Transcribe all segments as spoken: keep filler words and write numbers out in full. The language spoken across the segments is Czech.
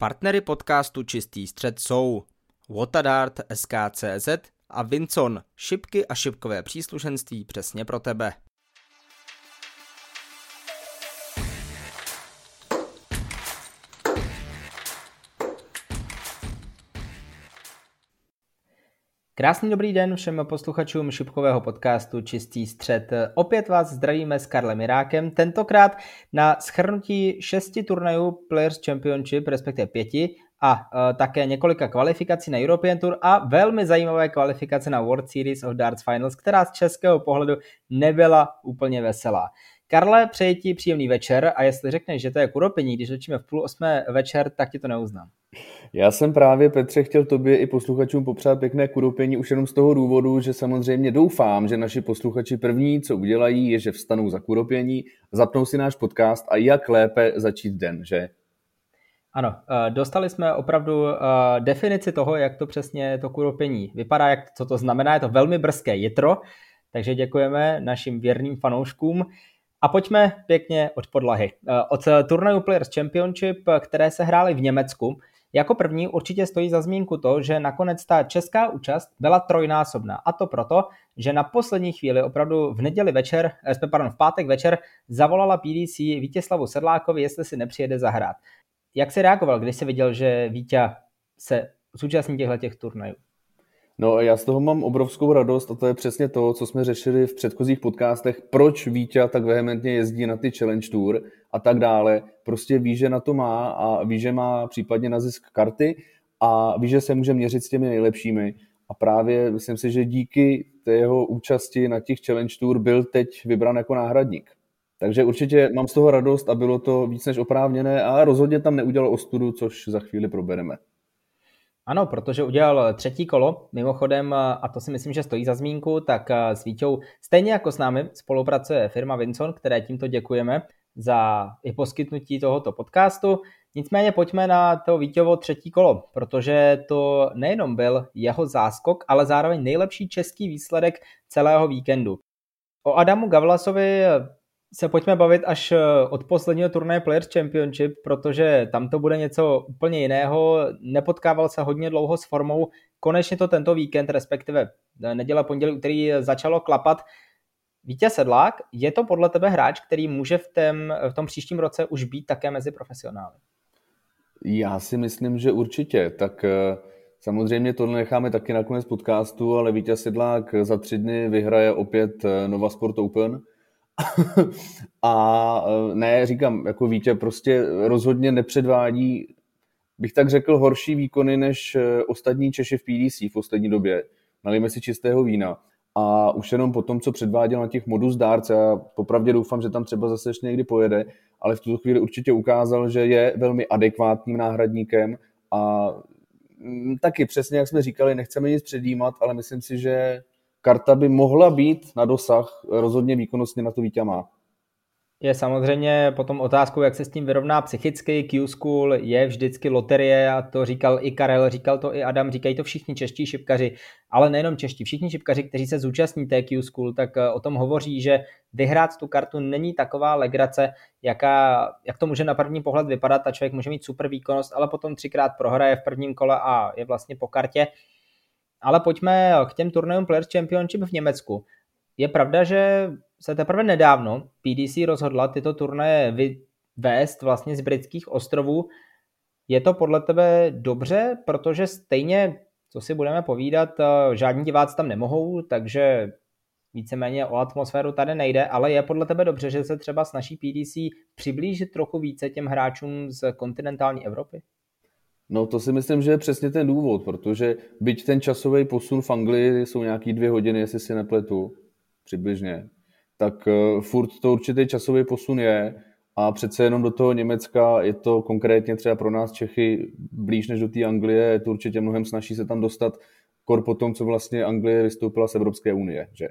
Partnery podcastu Čistý střed jsou Watadart, S K C Z a Vinson, šipky a šipkové příslušenství přesně pro tebe. Krásný dobrý den všem posluchačům šipkového podcastu Čistý střed. Opět vás zdravíme s Karlem Jirákem, tentokrát na shrnutí šesti turnajů Players Championship, respektive pěti, a e, také několika kvalifikací na European Tour a velmi zajímavé kvalifikace na World Series of Darts Finals, která z českého pohledu nebyla úplně veselá. Karle, přeji ti příjemný večer a jestli řekneš, že to je kuropení, když točíme v půl osmé večer, tak ti to neuznám. Já jsem právě, Petře, chtěl tobě i posluchačům popřát pěkné kuropení už jenom z toho důvodu, že samozřejmě doufám, že naši posluchači první, co udělají, je, že vstanou za kuropění, zapnou si náš podcast a jak lépe začít den, že? Ano, dostali jsme opravdu definici toho, jak to přesně to kuropění vypadá, jak, co to znamená, je to velmi brzké jitro, takže děkujeme našim věrným fanouškům. A pojďme pěkně od podlahy. Od turnaju Players Championship, které se hrály v Německu, jako první určitě stojí za zmínku to, že nakonec ta česká účast byla trojnásobná. A to proto, že na poslední chvíli, opravdu v neděli večer, pardon, v pátek večer, zavolala P D C Vítězslavu Sedlákovi, jestli si nepřijede zahrát. Jak jsi reagoval, když jsi viděl, že Vítě se zúčastní těchto turnajů? No, já z toho mám obrovskou radost a to je přesně to, co jsme řešili v předchozích podcastech, proč Vítě tak vehementně jezdí na ty Challenge Tour a tak dále. Prostě ví, že na to má a ví, že má případně na zisk karty a ví, že se může měřit s těmi nejlepšími. A právě myslím si, že díky té jeho účasti na těch Challenge Tour byl teď vybrán jako náhradník. Takže určitě mám z toho radost a bylo to víc než oprávněné a rozhodně tam neudělal ostudu, což za chvíli probereme. Ano, protože udělal třetí kolo, mimochodem, a to si myslím, že stojí za zmínku, tak s Víťou stejně jako s námi spolupracuje firma Vinson, které tímto děkujeme za i poskytnutí tohoto podcastu. Nicméně pojďme na to Víťovo třetí kolo, protože to nejenom byl jeho záskok, ale zároveň nejlepší český výsledek celého víkendu. O Adamu Gavlasovi se pojďme bavit až od posledního turnaje Players Championship, protože tam to bude něco úplně jiného. Nepotkával se hodně dlouho s formou. Konečně to tento víkend, respektive neděle, pondělí, úterý začalo klapat. Vítě Sedlák, je to podle tebe hráč, který může v, tém, v tom příštím roce už být také mezi profesionály? Já si myslím, že určitě. Tak samozřejmě tohle necháme taky na konec podcastu, ale Vítě Sedlák za tři dny vyhraje opět Nova Sport Open. A ne, říkám, jako Vítě prostě rozhodně nepředvádí, bych tak řekl, horší výkony než ostatní Češi v P D C v poslední době. Nalijeme si čistého vína. A už jenom po tom, co předváděl na těch Modus Darts, já popravdě doufám, že tam třeba zase ještě někdy pojede, ale v tuto chvíli určitě ukázal, že je velmi adekvátním náhradníkem a taky přesně, jak jsme říkali, nechceme nic předjímat, ale myslím si, že karta by mohla být na dosah, rozhodně výkonnostně na to Vítě má. Je samozřejmě potom otázkou, jak se s tím vyrovná psychicky. Q-School je vždycky loterie a to říkal i Karel, říkal to i Adam, říkají to všichni čeští šipkaři, ale nejenom čeští, všichni šipkaři, kteří se zúčastní té Q-School, tak o tom hovoří, že vyhrát tu kartu není taková legrace, jaká, jak to může na první pohled vypadat, a člověk může mít super výkonnost, ale potom třikrát prohraje v prvním kole a je vlastně po kartě. Ale pojďme k těm turnajům Players Championship v Německu. Je pravda, že se teprve nedávno P D C rozhodla tyto turnaje vyvést vlastně z britských ostrovů. Je to podle tebe dobře, protože stejně, co si budeme povídat, žádní diváci tam nemohou, takže víceméně o atmosféru tady nejde, ale je podle tebe dobře, že se třeba snaží P D C přiblížit trochu více těm hráčům z kontinentální Evropy? No to si myslím, že je přesně ten důvod, protože byť ten časový posun v Anglii jsou nějaký dvě hodiny, jestli si nepletu, přibližně, tak uh, furt to určitý časový posun je a přece jenom do toho Německa je to konkrétně třeba pro nás Čechy blíž než do té Anglie, je to určitě mnohem snazší se tam dostat kor po tom, co vlastně Anglie vystoupila z Evropské unie, že?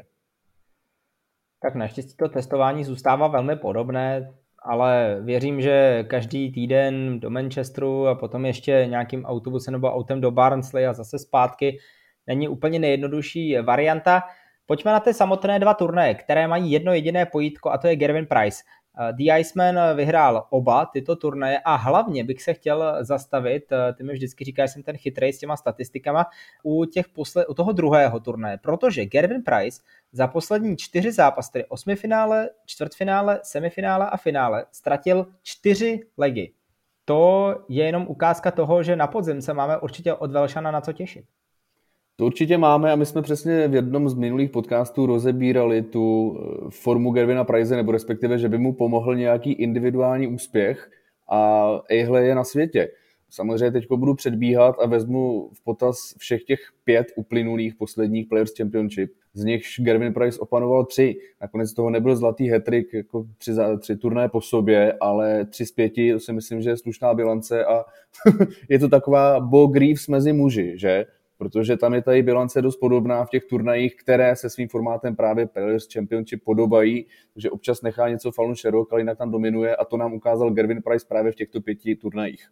Tak naštěstí to testování zůstává velmi podobné, ale věřím, že každý týden do Manchesteru a potom ještě nějakým autobusem nebo autem do Barnsley a zase zpátky není úplně nejjednodušší varianta. Pojďme na ty samotné dva turnaje, které mají jedno jediné pojítko, a to je Gerwyn Price. The Iceman vyhrál oba tyto turnaje a hlavně bych se chtěl zastavit, ty mi vždycky říkáš, že jsem ten chytrej s těma statistikama, u, těch posled, u toho druhého turnaje, protože Gervin Price za poslední čtyři zápasy, tedy osmifinále, čtvrtfinále, semifinále a finále, ztratil čtyři legy. To je jenom ukázka toho, že na podzim se máme určitě od Velšana na co těšit. To určitě máme a my jsme přesně v jednom z minulých podcastů rozebírali tu formu Gervina Price, nebo respektive, že by mu pomohl nějaký individuální úspěch a ejhle je na světě. Samozřejmě teď budu předbíhat a vezmu v potaz všech těch pět uplynulých posledních Players Championship. Z nichž Gervin Price opanoval tři. Nakonec toho nebyl zlatý hat-trick, jako tři, tři turnaje po sobě, ale tři z pěti, to si myslím, že je slušná bilance a je to taková Bo Greaves mezi muži, že? Protože tam je tady bilance dost podobná v těch turnajích, které se svým formátem právě Players Championship podobají, že občas nechá něco Fallon Sherrock, ale jinak tam dominuje a to nám ukázal Gervin Price právě v těchto pěti turnajích.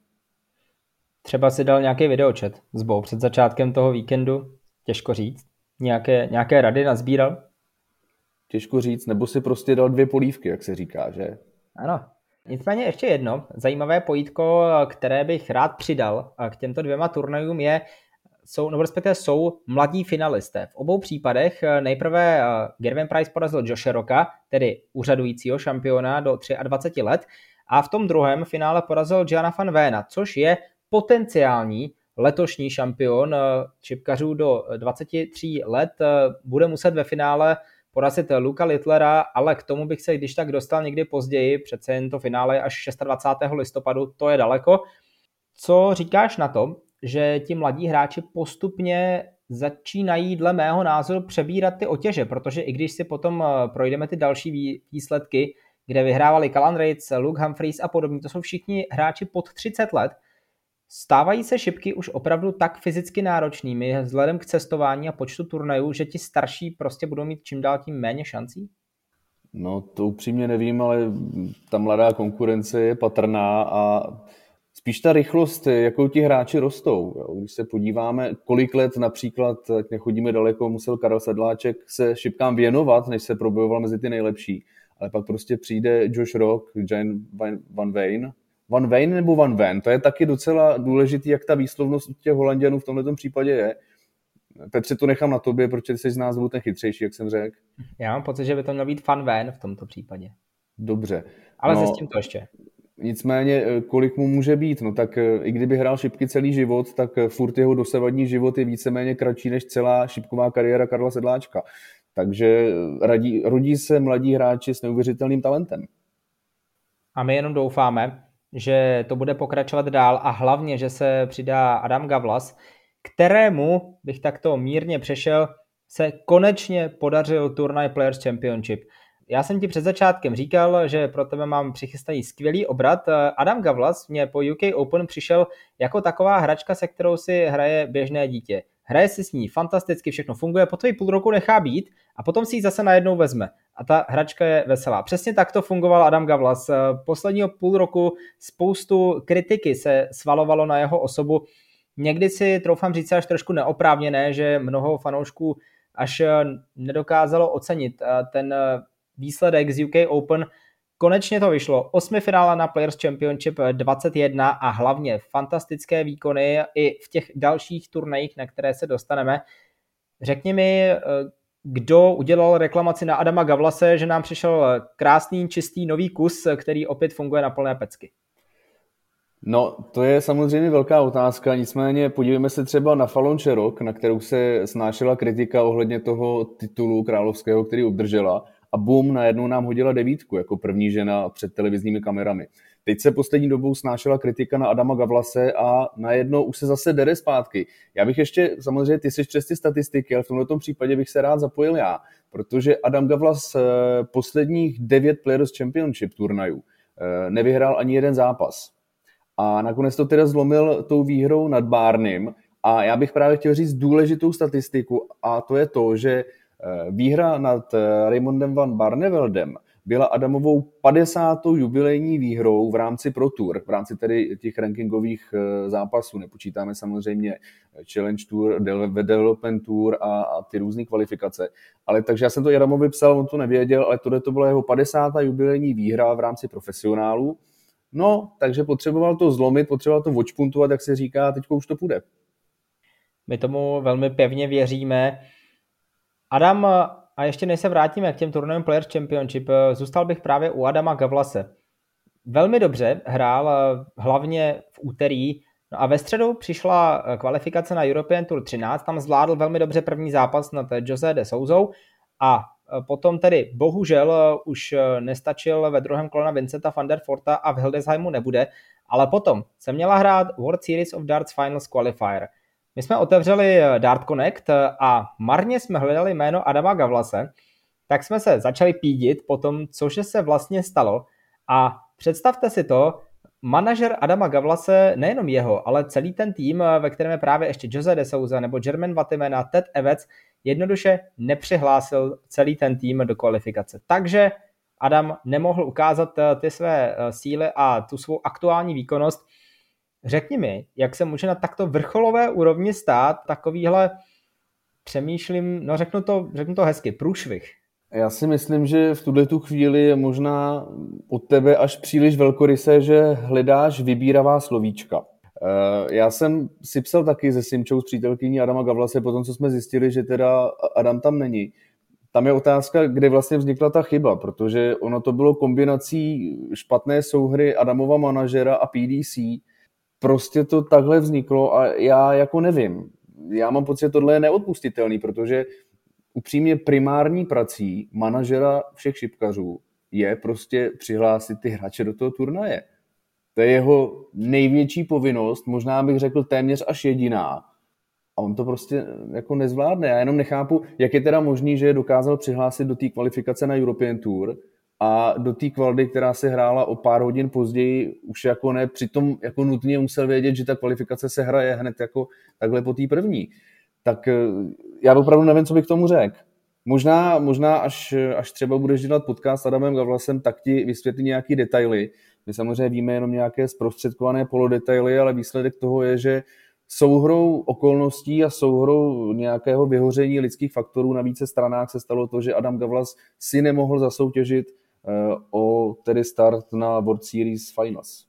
Třeba si dal nějaký videočet s Bo před začátkem toho víkendu, těžko říct. Nějaké, nějaké rady nazbíral? Těžko říct, nebo si prostě dal dvě polívky, jak se říká, že? Ano. Nicméně ještě jedno zajímavé pojítko, které bych rád přidal k těmto dvěma turnajům je, jsou, nebo respektive jsou mladí finalisté. V obou případech nejprve Gervin Price porazil Joshe Rocka, tedy úřadujícího šampiona do dvaceti třech let, a v tom druhém finále porazil Gianna van Vena, což je potenciální letošní šampion šipkařů do dvaceti tří let. Bude muset ve finále porazit Luka Littlera, ale k tomu bych se když tak dostal někdy později, přece jen to finále je až dvacátého šestého listopadu, to je daleko. Co říkáš na to, že ti mladí hráči postupně začínají dle mého názoru přebírat ty otěže, protože i když si potom projdeme ty další výsledky, kde vyhrávali Callan Ritz, Luke Humphries a podobně, to jsou všichni hráči pod třicet let, stávají se šipky už opravdu tak fyzicky náročnými vzhledem k cestování a počtu turnajů, že ti starší prostě budou mít čím dál tím méně šancí? No to upřímně nevím, ale ta mladá konkurence je patrná a spíš ta rychlost, jakou ti hráči rostou. Když se podíváme, kolik let například, jak nechodíme daleko, musel Karel Sedláček se šipkám věnovat, než se probojoval mezi ty nejlepší. Ale pak prostě přijde Josh Rock, Jan Van Veen. Van Veen nebo Van Ven, to je taky docela důležitý, jak ta výslovnost těch Holanděnů v tomto případě je. Petře, to nechám na tobě, protože jsi z nás byl ten chytřejší, jak jsem řekl. Já mám pocit, že by to měl být Van Ven v tomto případě. Dobře. Ale no, zjistím to ještě. Nicméně, kolik mu může být? No tak i kdyby hrál šipky celý život, tak furt jeho dosavadní život je víceméně kratší než celá šipková kariéra Karla Sedláčka. Takže radí, rodí se mladí hráči s neuvěřitelným talentem. A my jenom doufáme, že to bude pokračovat dál a hlavně, že se přidá Adam Gavlas, kterému, bych takto mírně přešel, se konečně podařil turnaj Players Championship. Já jsem ti před začátkem říkal, že pro tebe mám přichystaný skvělý obrat. Adam Gavlas mě po U K Open přišel jako taková hračka, se kterou si hraje běžné dítě. Hraje si s ní fantasticky, všechno funguje, po tvůj půl roku nechá být a potom si ji zase najednou vezme. A ta hračka je veselá. Přesně tak to fungoval Adam Gavlas. Posledního půl roku spoustu kritiky se svalovalo na jeho osobu. Někdy si troufám říct až trošku neoprávněné, že mnoho fanoušků až nedokázalo ocenit ten výsledek z U K Open. Konečně to vyšlo. Osmifinále na Players Championship dvacet jedna a hlavně fantastické výkony i v těch dalších turnajích, na které se dostaneme. Řekni mi, kdo udělal reklamaci na Adama Gavlase, že nám přišel krásný, čistý nový kus, který opět funguje na plné pecky. No, to je samozřejmě velká otázka, nicméně podívejme se třeba na Fallon Sherrock, na kterou se snášela kritika ohledně toho titulu královského, který obdržela, a bum, najednou nám hodila devítku jako první žena před televizními kamerami. Teď se poslední dobou snášela kritika na Adama Gavlase a najednou už se zase dere zpátky. Já bych ještě, samozřejmě ty jsi přes ty statistiky, ale v tomto případě bych se rád zapojil já, protože Adam Gavlas posledních devět Players Championship turnajů nevyhrál ani jeden zápas. A nakonec to teda zlomil tou výhrou nad Barneym. A já bych právě chtěl říct důležitou statistiku, a to je to, že výhra nad Raymondem van Barneveldem byla Adamovou padesátou jubilejní výhrou v rámci Pro Tour, v rámci tedy těch rankingových zápasů. Nepočítáme samozřejmě Challenge Tour, Development Tour a, a ty různé kvalifikace. Ale takže já jsem to Adamovi psal, on to nevěděl, ale tohle to byla jeho padesátá jubilejní výhra v rámci profesionálů. No, takže potřeboval to zlomit, potřeboval to odšpuntovat, jak se říká, teďko už to půjde. My tomu velmi pevně věříme. Adam, a ještě než se vrátíme k těm turnajům Players Championship, zůstal bych právě u Adama Gavlase. Velmi dobře hrál, hlavně v úterý, no a ve středu přišla kvalifikace na European Tour třináct, tam zvládl velmi dobře první zápas nad José de Souzou a potom tedy bohužel už nestačil ve druhém kole na Vincenta van der Forta a v Hildesheimu nebude, ale potom se měla hrát World Series of Darts Finals Qualifier. My jsme otevřeli Dart Connect a marně jsme hledali jméno Adama Gavlase, tak jsme se začali pídit po tom, cože se vlastně stalo a představte si to, manažer Adama Gavlase, nejenom jeho, ale celý ten tým, ve kterém je právě ještě José de Souza nebo Germain Watymen a Ted Evans, jednoduše nepřihlásil celý ten tým do kvalifikace. Takže Adam nemohl ukázat ty své síly a tu svou aktuální výkonnost. Řekni mi, jak se může na takto vrcholové úrovni stát takovýhle, přemýšlím, no řeknu to, řeknu to hezky, průšvih. Já si myslím, že v tuhle tu chvíli je možná od tebe až příliš velkorysé, že hledáš vybíravá slovíčka. Já jsem si psal taky se Simčou, s přítelkyní Adama Gavlase, potom co jsme zjistili, že teda Adam tam není. Tam je otázka, kde vlastně vznikla ta chyba, protože ono to bylo kombinací špatné souhry Adamova manažera a P D C. Prostě to takhle vzniklo a já jako nevím. Já mám pocit, že tohle je neodpustitelný, protože upřímně primární prací manažera všech šipkařů je prostě přihlásit ty hráče do toho turnaje. To je jeho největší povinnost, možná bych řekl téměř až jediná. A on to prostě jako nezvládne. Já jenom nechápu, jak je teda možný, že je dokázal přihlásit do té kvalifikace na European Tour a do té kvaldy, která se hrála o pár hodin později, už jako ne, přitom jako nutně musel vědět, že ta kvalifikace se hraje hned jako takhle po té první. Tak já opravdu nevím, co bych k tomu řekl. Možná, možná až, až třeba budeš dělat podcast s Adamem Gavlasem, tak ti vysvětlí nějaký detaily. My samozřejmě víme jenom nějaké zprostředkované polodetaily, ale výsledek toho je, že souhrou okolností a souhrou nějakého vyhoření lidských faktorů na více stranách se stalo to, že Adam Gavlas si nemohl zasoutěžit uh, o tedy start na World Series Finals.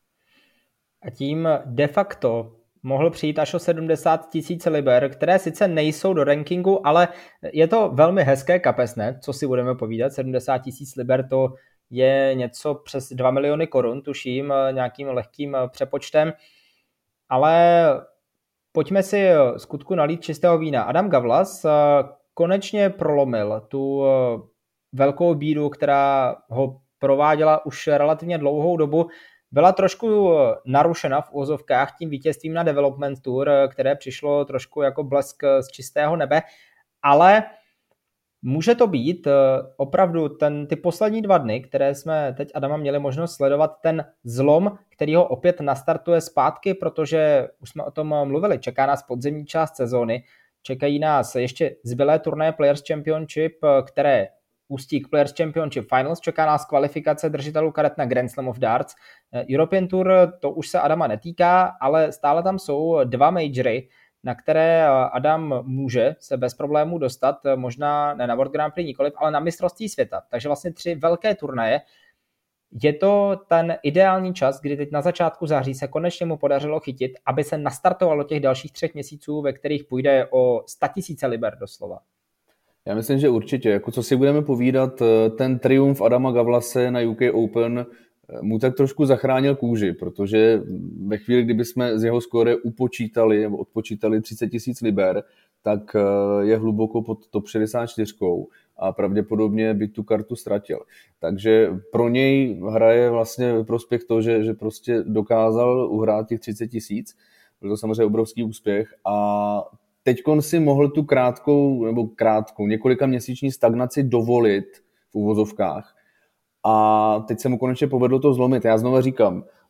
A tím de facto mohl přijít až o sedmdesát tisíc liber, které sice nejsou do rankingu, ale je to velmi hezké kapesné, co si budeme povídat. sedmdesát tisíc liber to je něco přes dva miliony korun, tuším, nějakým lehkým přepočtem. Ale pojďme si skutku nalít čistého vína. Adam Gavlas konečně prolomil tu velkou bídu, která ho prováděla už relativně dlouhou dobu. Byla trošku narušena v uvozovkách tím vítězstvím na Development Tour, které přišlo trošku jako blesk z čistého nebe, ale může to být opravdu ten, ty poslední dva dny, které jsme teď Adama měli možnost sledovat, ten zlom, který ho opět nastartuje zpátky, protože už jsme o tom mluvili, čeká nás podzimní část sezóny, čekají nás ještě zbylé turnaje Players Championship, které ústí k Players Championship Finals, čeká nás kvalifikace držitelů karet na Grand Slam of Darts. European Tour, to už se Adama netýká, ale stále tam jsou dva majory, na které Adam může se bez problémů dostat, možná ne na World Grand Prix nikoliv, ale na mistrovství světa. Takže vlastně tři velké turnaje. Je to ten ideální čas, kdy teď na začátku září se konečně mu podařilo chytit, aby se nastartovalo těch dalších třech měsíců, ve kterých půjde o statisíce liber doslova. Já myslím, že určitě. Jako co si budeme povídat, ten triumf Adama Gavlase na U K Open mu tak trošku zachránil kůži, protože ve chvíli, kdyby jsme z jeho skóre upočítali nebo odpočítali třicet tisíc liber, tak je hluboko pod top šedesát čtyři a pravděpodobně by tu kartu ztratil. Takže pro něj hraje vlastně ve prospěch to, že, že prostě dokázal uhrát těch třicet tisíc. Byl to samozřejmě obrovský úspěch a teďkon si mohl tu krátkou nebo krátkou několika měsíční stagnaci dovolit v uvozovkách. A teď se mu konečně povedlo to zlomit. Já znovu říkám,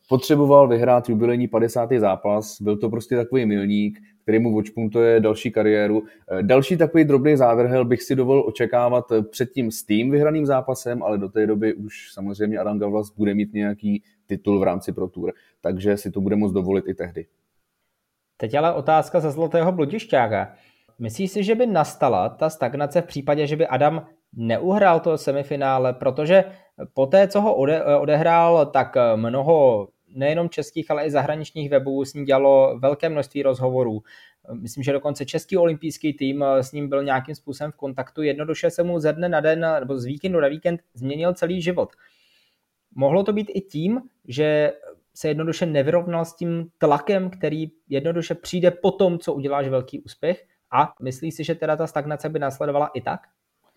potřeboval vyhrát jubilejní padesátý zápas, byl to prostě takový milník, který mu odšpuntuje další kariéru. Další takový drobný závěrhel bych si dovolil očekávat předtím s tým vyhraným zápasem, ale do té doby už samozřejmě Adam Gawlas bude mít nějaký titul v rámci Pro Tour, takže si to bude moct dovolit i tehdy. Teď ale otázka ze zlatého bludišťáka. Myslíš si, že by nastala ta stagnace v případě, že by Adam neuhrál to semifinále, protože po té, co ho ode, odehrál, tak mnoho nejenom českých, ale i zahraničních webů s ním dělalo velké množství rozhovorů. Myslím, že dokonce český olympijský tým s ním byl nějakým způsobem v kontaktu. Jednoduše se mu ze dne na den nebo z víkendu na víkend změnil celý život. Mohlo to být i tím, že se jednoduše nevyrovnal s tím tlakem, který jednoduše přijde po tom, co uděláš velký úspěch, a myslíš si, že teda ta stagnace by následovala i tak?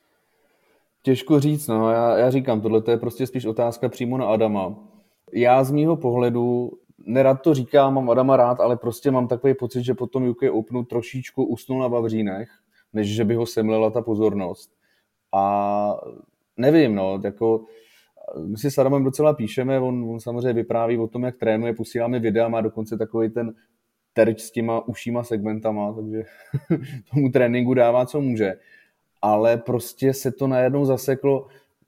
Těžko říct, no. Já, já říkám, tohle je prostě spíš otázka přímo na Adama. Já z mýho pohledu, nerad to říkám, mám Adama rád, ale prostě mám takový pocit, že potom U K Openu trošičku usnul na vavřínech, než že by ho semlela ta pozornost. A nevím, no, jako my si s Adamem docela píšeme, on, on samozřejmě vypráví o tom, jak trénuje, posíláme videa, má dokonce takový ten terč s těma ušíma segmentama, takže tomu tréninku dává, co může. Ale prostě se to najednou zaseklo.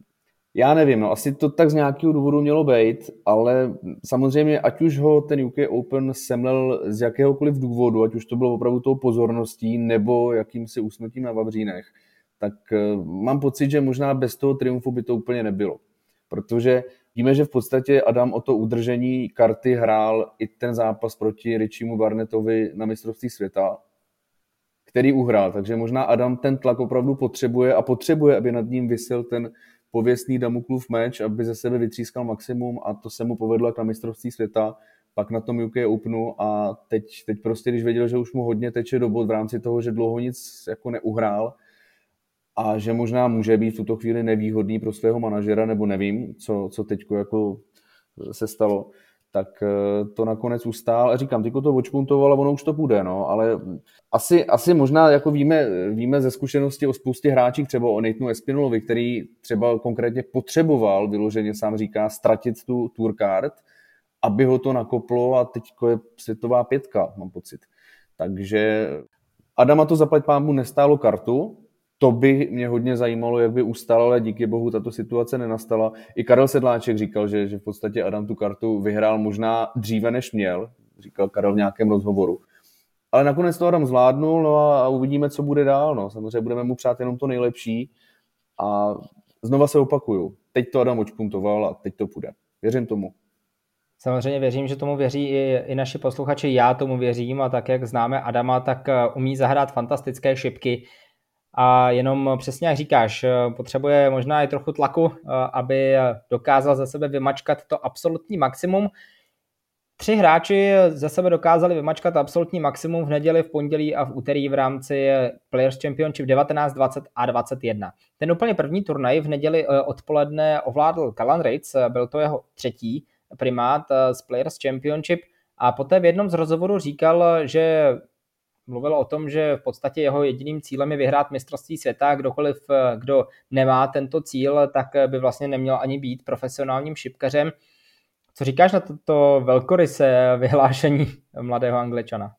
Já nevím, no asi to tak z nějakého důvodu mělo být, ale samozřejmě ať už ho ten U K Open semlel z jakéhokoliv důvodu, ať už to bylo opravdu tou pozorností nebo jakýmsi usnutím na vavřínech, tak mám pocit, že možná bez toho triumfu by to úplně nebylo. Protože víme, že v podstatě Adam o to udržení karty hrál i ten zápas proti Richiemu Barnettovi na mistrovství světa, který uhrál. Takže možná Adam ten tlak opravdu potřebuje a potřebuje, aby nad ním visel ten pověstný Damoklův meč, aby ze sebe vytřískal maximum, a to se mu povedlo na mistrovství světa, pak na tom U K Openu, a teď, teď prostě, když věděl, že už mu hodně teče do bod v rámci toho, že dlouho nic jako neuhrál a že možná může být v tuto chvíli nevýhodný pro svého manažera, nebo nevím, co, co teďko jako se stalo, tak to nakonec ustál. A říkám, tyko to očpuntoval a ono už to půjde, no, ale asi, asi možná jako víme, víme ze zkušenosti o spoustě hráčích, třeba o Nathanu Espinalovi, který třeba konkrétně potřeboval, vyloženě sám říká, ztratit tu tourcard, aby ho to nakoplo, a teďko je světová pětka, mám pocit. Takže Adama to zaplať pámu nestálo kartu. To by mě hodně zajímalo, jak by ustál, ale díky bohu tato situace nenastala. I Karel Sedláček říkal, že, že v podstatě Adam tu kartu vyhrál možná dříve, než měl, říkal Karel v nějakém rozhovoru. Ale nakonec to Adam zvládnul, no, a uvidíme, co bude dál. No. Samozřejmě budeme mu přát jenom to nejlepší. A znova se opakuju, teď to Adam očpuntoval a teď to půjde. Věřím tomu. Samozřejmě věřím, že tomu věří i, i naši posluchači, já tomu věřím, a tak, jak známe Adama, tak umí zahrát fantastické šipky. A jenom přesně jak říkáš, potřebuje možná i trochu tlaku, aby dokázal ze sebe vymačkat to absolutní maximum. Tři hráči ze sebe dokázali vymačkat absolutní maximum v neděli, v pondělí a v úterý v rámci Players Championship devatenáct, dvacet a dvacet jedna. Ten úplně první turnaj v neděli odpoledne ovládl Callan Ritz, byl to jeho třetí primát z Players Championship, a poté v jednom z rozhovorů říkal, že mluvil o tom, že v podstatě jeho jediným cílem je vyhrát mistrovství světa. Kdokoliv, kdo nemá tento cíl, tak by vlastně neměl ani být profesionálním šipkařem. Co říkáš na toto velkorysé vyhlášení mladého Angličana?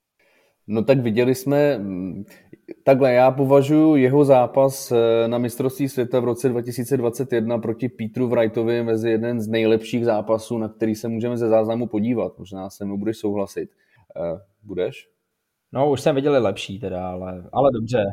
No tak viděli jsme, takhle já považuji jeho zápas na mistrovství světa v roce dva tisíce dvacet jedna proti Peteru Wrightovi mezi jeden z nejlepších zápasů, na který se můžeme ze záznamu podívat. Možná se mnou budeš souhlasit. Budeš? No, už jsem viděli lepší teda, ale, ale dobře.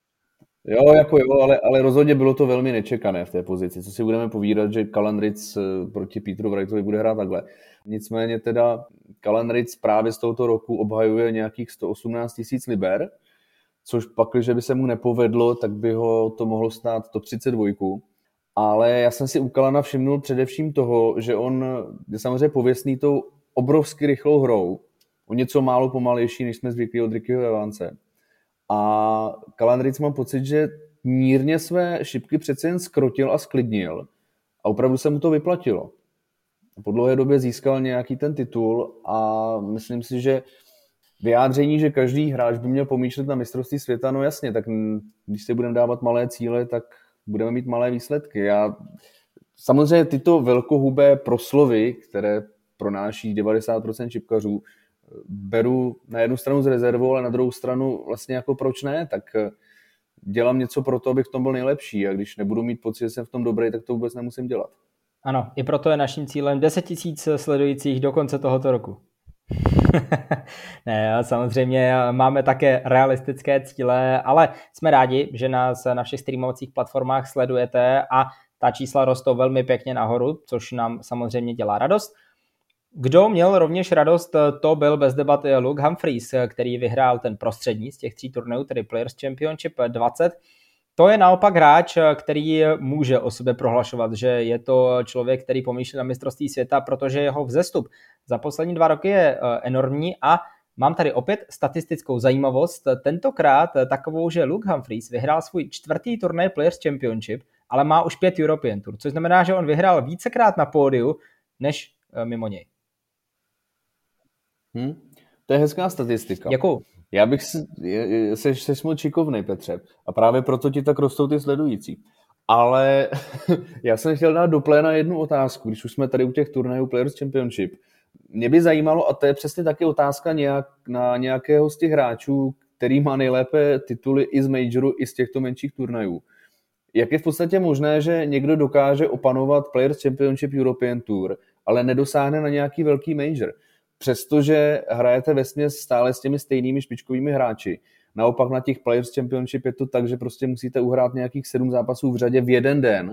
Jo, jako jo, ale, ale rozhodně bylo to velmi nečekané v té pozici. Co si budeme povídat, že Callan Ritz proti Peteru Wrightovi bude hrát takhle. Nicméně teda Callan Ritz právě z tohoto roku obhajuje nějakých sto osmnáct tisíc liber, což pak, že by se mu nepovedlo, tak by ho to mohlo stát top třicet dva. Ale já jsem si u Callana všimnul především toho, že on je samozřejmě pověstný tou obrovsky rychlou hrou, o něco málo pomalejší, než jsme zvyklí od Rickyho Evanse. A Callan Ritz, mám pocit, že mírně své šipky přece jen skrotil a sklidnil a opravdu se mu to vyplatilo. Po dlouhé době získal nějaký ten titul a myslím si, že vyjádření, že každý hráč by měl pomýšlet na mistrovství světa, no jasně, tak když si budeme dávat malé cíle, tak budeme mít malé výsledky. Já, samozřejmě tyto velkohubé proslovy, které pronáší devadesát procent šipkařů, beru na jednu stranu z rezervou, ale na druhou stranu vlastně jako proč ne, tak dělám něco pro to, abych v tom byl nejlepší a když nebudu mít pocit, že jsem v tom dobrý, tak to vůbec nemusím dělat. Ano, i proto je naším cílem deset tisíc sledujících do konce tohoto roku. Ne, samozřejmě máme také realistické cíle, ale jsme rádi, že nás na všech streamovacích platformách sledujete a ta čísla rostou velmi pěkně nahoru, což nám samozřejmě dělá radost. Kdo měl rovněž radost, to byl bez debaty Luke Humphries, který vyhrál ten prostřední z těch tří turnajů, tedy Players Championship dvacet. To je naopak hráč, který může o sobě prohlašovat, že je to člověk, který pomýšlí na mistrovství světa, protože jeho vzestup za poslední dva roky je enormní a mám tady opět statistickou zajímavost. Tentokrát takovou, že Luke Humphries vyhrál svůj čtvrtý turnaj Players Championship, ale má už pět European Tour, což znamená, že on vyhrál vícekrát na pódiu, než mimo něj. Hmm, to je hezká statistika. Jakou? Já bych si, jsi, jsi moc šikovnej, Petře, a právě proto ti tak rostou ty sledující. Ale já jsem chtěl dát do pléna jednu otázku, když už jsme tady u těch turnajů Players Championship. Mě by zajímalo, a to je přesně taky otázka nějak, na nějakého z těch hráčů, který má nejlépe tituly i z majoru, i z těchto menších turnajů. Jak je v podstatě možné, že někdo dokáže opanovat Players Championship European Tour, ale nedosáhne na nějaký velký major? Přestože hrajete vesměs stále s těmi stejnými špičkovými hráči. Naopak na těch Players Championship je to tak, že prostě musíte uhrát nějakých sedm zápasů v řadě v jeden den.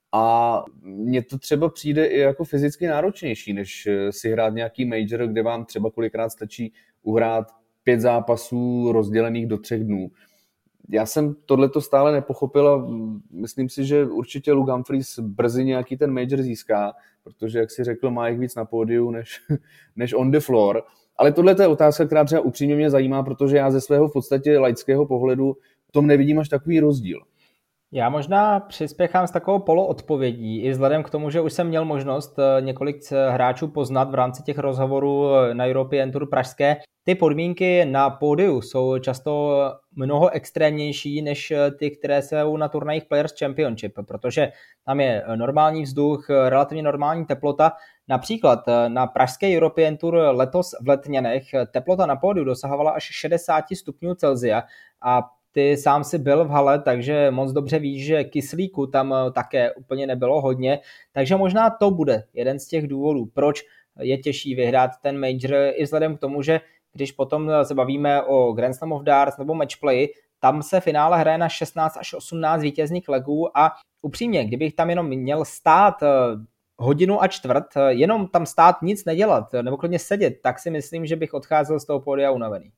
A mně to třeba přijde i jako fyzicky náročnější, než si hrát nějaký major, kde vám třeba kolikrát stačí uhrát pět zápasů rozdělených do třech dnů. Já jsem tohleto stále nepochopil a myslím si, že určitě Luke Humphries brzy nějaký ten major získá, protože, jak si řekl, má jich víc na pódiu než, než on the floor. Ale tohle je otázka, která třeba upřímně mě zajímá, protože já ze svého v podstatě laického pohledu v tom nevidím až takový rozdíl. Já možná přispěchám s takovou poloodpovědí, i vzhledem k tomu, že už jsem měl možnost několik hráčů poznat v rámci těch rozhovorů na European Tour pražské. Ty podmínky na pódiu jsou často mnoho extrémnější než ty, které jsou na turnajích Players Championship, protože tam je normální vzduch, relativně normální teplota. Například na pražské European Tour letos v Letňanech teplota na pódiu dosahovala až šedesát stupňů Celsia a ty sám si byl v hale, takže moc dobře víš, že kyslíku tam také úplně nebylo hodně, takže možná to bude jeden z těch důvodů, proč je těžší vyhrát ten major, i vzhledem k tomu, že když potom se bavíme o Grand Slam of Darts nebo matchplay, tam se finále hraje na šestnáct až osmnáct vítězných legů a upřímně, kdybych tam jenom měl stát hodinu a čtvrt, jenom tam stát nic nedělat nebo klidně sedět, tak si myslím, že bych odcházel z toho pódia unavený.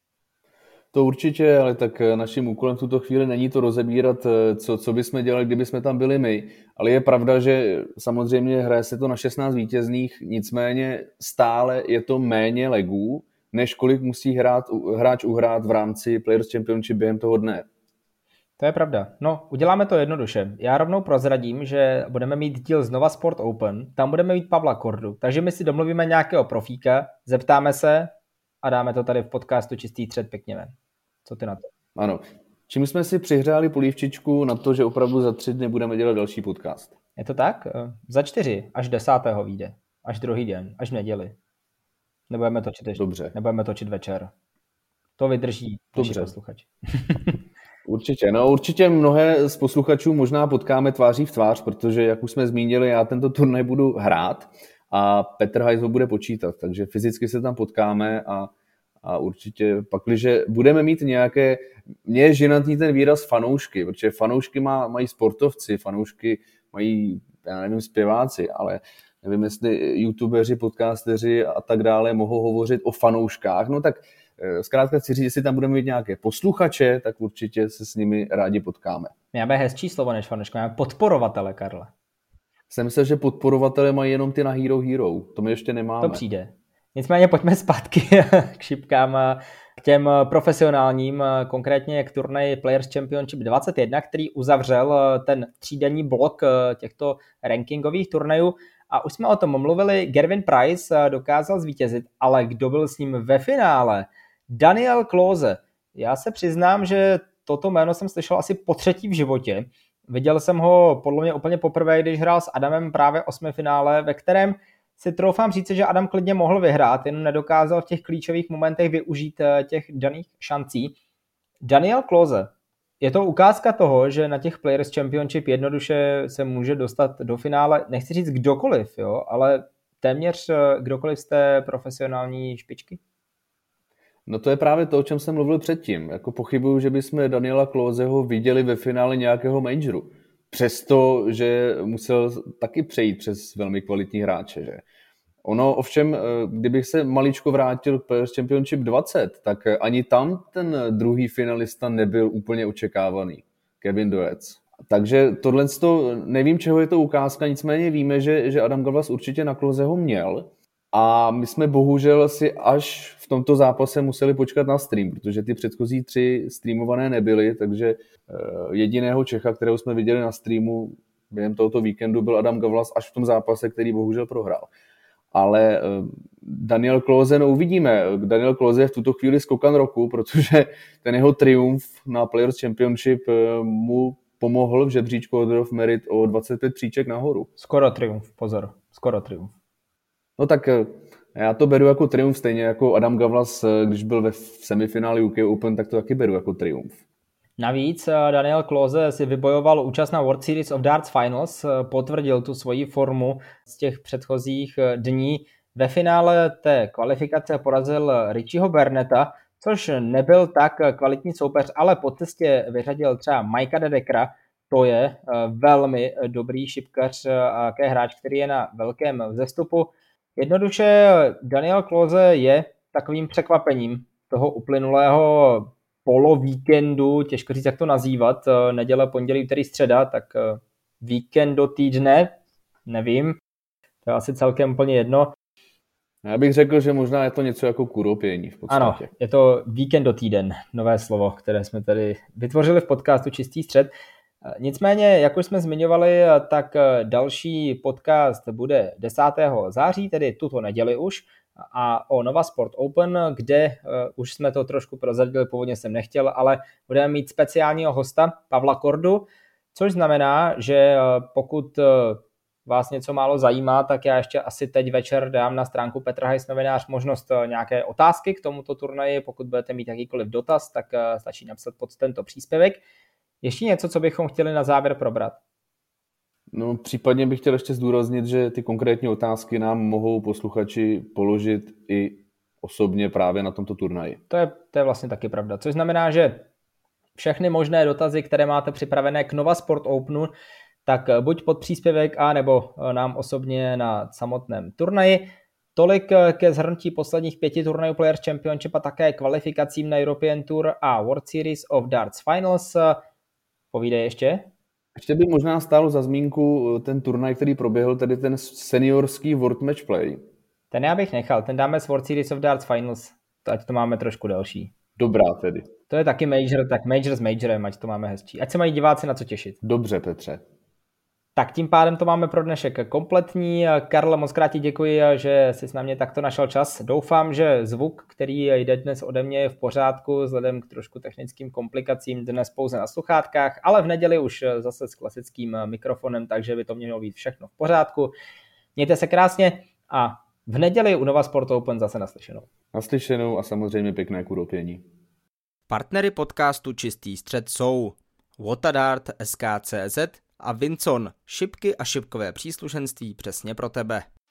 To určitě, ale tak naším úkolem v tuto chvíli není to rozebírat, co, co bychom dělali, kdyby jsme tam byli my. Ale je pravda, že samozřejmě hraje se to na šestnáct vítězných, nicméně stále je to méně legů, než kolik musí hrát, hráč uhrát v rámci Players Championship během toho dne. To je pravda. No, uděláme to jednoduše. Já rovnou prozradím, že budeme mít díl z Nova Sport Open, tam budeme mít Pavla Kordu, takže my si domluvíme nějakého profíka, zeptáme se a dáme to tady v podcastu Čistý třed pěkně ven. Co ty na to? Ano. Čím jsme si přihřáli polívčičku na to, že opravdu za tři dny budeme dělat další podcast. Je to tak? Za čtyři, až desátého vyjde. Až druhý den, až v neděli. Nebudeme točit ještě. Dobře. Nebudeme točit večer. To vydrží naši posluchači. Určitě. No určitě mnohé z posluchačů možná potkáme tváří v tvář, protože, jak už jsme zmínili, já tento turnaj budu hrát a Petr Hajs ho bude počítat, takže fyzicky se tam potkáme a A určitě pak, když budeme mít nějaké, mně je žinantní ten výraz fanoušky, protože fanoušky má, mají sportovci, fanoušky mají, já nevím, zpěváci, ale nevím, jestli youtubeři, podcasteři a tak dále mohou hovořit o fanouškách, no tak zkrátka chci říct, jestli tam budeme mít nějaké posluchače, tak určitě se s nimi rádi potkáme. Máme hezčí slovo než fanouška, máme podporovatele, Karle. Jsem myslel, že podporovatele mají jenom ty na Hero Hero, to my ještě nemáme. To přijde. Nicméně pojďme zpátky k šipkám, k těm profesionálním, konkrétně k turnaji Players Championship dvacet jedna, který uzavřel ten třídenní blok těchto rankingových turnajů. A už jsme o tom mluvili, Gervin Price dokázal zvítězit, ale kdo byl s ním ve finále? Daniel Klose. Já se přiznám, že toto jméno jsem slyšel asi po třetí v životě. Viděl jsem ho podle mě úplně poprvé, když hrál s Adamem právě osmifinále, ve kterém si troufám říct, že Adam klidně mohl vyhrát, jen nedokázal v těch klíčových momentech využít těch daných šancí. Daniel Klose. Je to ukázka toho, že na těch Players Championship jednoduše se může dostat do finále, nechci říct kdokoliv, jo, ale téměř kdokoliv z té profesionální špičky? No to je právě to, o čem jsem mluvil předtím. Jako pochybuju, že bychom Daniela Kloseho viděli ve finále nějakého majoru. Přesto, že musel taky přejít přes velmi kvalitní hráče. Že? Ono ovšem, kdybych se maličko vrátil k Players Championship dvacet, tak ani tam ten druhý finalista nebyl úplně očekávaný. Kevin Doetz. Takže tohle, nevím, čeho je to ukázka, nicméně víme, že, že Adam Gavlas určitě na Kloseho měl. A my jsme bohužel si až v tomto zápase museli počkat na stream, protože ty předchozí tři streamované nebyly, takže jediného Čecha, kterého jsme viděli na streamu během tohoto víkendu, byl Adam Gavlas až v tom zápase, který bohužel prohrál. Ale Daniel Klose, no uvidíme. Daniel Klose je v tuto chvíli skokan roku, protože ten jeho triumf na Players Championship mu pomohl v žebříčku Order of Merit o dvacet pět příček nahoru. Skoro triumf, pozor, skoro triumf. No tak já to beru jako triumf, stejně jako Adam Gavlas, když byl ve semifinále U K Open, tak to taky beru jako triumf. Navíc Daniel Klose si vybojoval účast na World Series of Darts Finals, potvrdil tu svoji formu z těch předchozích dní. Ve finále té kvalifikace porazil Richieho Burnetta, což nebyl tak kvalitní soupeř, ale po cestě vyřadil třeba Mikea de Deckera. To je velmi dobrý šipkař a také hráč, který je na velkém vzestupu. Jednoduše Daniel Klose je takovým překvapením toho uplynulého polovíkendu, těžko říct, jak to nazývat, neděle, pondělí, úterý, středa, tak víkend do týdne, nevím, to je asi celkem úplně jedno. Já bych řekl, že možná je to něco jako kuropění v podstatě. Ano, je to víkend do týden, nové slovo, které jsme tady vytvořili v podcastu Čistý střed. Nicméně, jak už jsme zmiňovali, tak další podcast bude desátého září, tedy tuto neděli už, a o Nova Sport Open, kde uh, už jsme to trošku prozradili, původně jsem nechtěl, ale budeme mít speciálního hosta Pavla Kordu, což znamená, že uh, pokud uh, vás něco málo zajímá, tak já ještě asi teď večer dám na stránku Petr Hajs novinář možnost uh, nějaké otázky k tomuto turnaji. Pokud budete mít jakýkoliv dotaz, tak uh, stačí napsat pod tento příspěvek. Ještě něco, co bychom chtěli na závěr probrat? No, případně bych chtěl ještě zdůraznit, že ty konkrétní otázky nám mohou posluchači položit i osobně právě na tomto turnaji. To je, to je vlastně taky pravda. Což znamená, že všechny možné dotazy, které máte připravené k Nova Sport Openu, tak buď pod příspěvek, a nebo nám osobně na samotném turnaji. Tolik ke shrnutí posledních pěti turnajů Players Championship a také kvalifikací na European Tour a World Series of Darts Finals. Povídej ještě. Ještě by možná stálo za zmínku ten turnaj, který proběhl, tedy ten seniorský World Match Play. Ten já bych nechal, ten dáme s World Series of Darts Finals, ať to máme trošku delší. Dobrá tedy. To je taky major, tak major s majorem, ať to máme hezčí. Ať se mají diváci na co těšit. Dobře, Petře. Tak tím pádem to máme pro dnešek kompletní. Karle, moc krát ti děkuji, že jsi na mě takto našel čas. Doufám, že zvuk, který jde dnes ode mě, je v pořádku, vzhledem k trošku technickým komplikacím, dnes pouze na sluchátkách, ale v neděli už zase s klasickým mikrofonem, takže by to mělo být všechno v pořádku. Mějte se krásně a v neděli u Nova Sport Open zase naslyšenou. Naslyšenou a samozřejmě pěkné kuropění. Partnery podcastu Čistý střed jsou Watadart S K C Z a Vincon, šipky a šipkové příslušenství přesně pro tebe.